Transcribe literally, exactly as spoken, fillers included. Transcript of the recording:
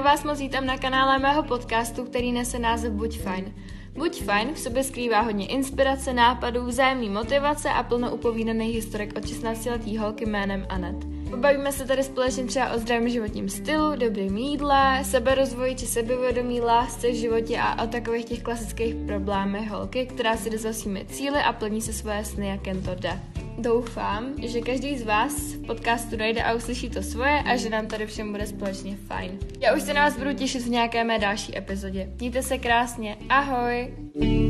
vás moc vítám na kanále mého podcastu, který nese název Buď fajn. Buď fajn v sobě skrývá hodně inspirace, nápadů, vzájemný motivace a plno upovídaných historek od šestnáctileté holky jménem Anet. Pobavíme se tady společně třeba o zdravém životním stylu, dobrým jídle, seberozvoji či sebevědomí, lásce v životě a o takových těch klasických problémech holky, která si jde za svými cíli a plní se svoje sny, jak jen to jde. Doufám, že každý z vás v podcastu dojde a uslyší to svoje a že nám tady všem bude společně fajn. Já už se na vás budu těšit v nějaké mé další epizodě. Mějte se krásně, ahoj!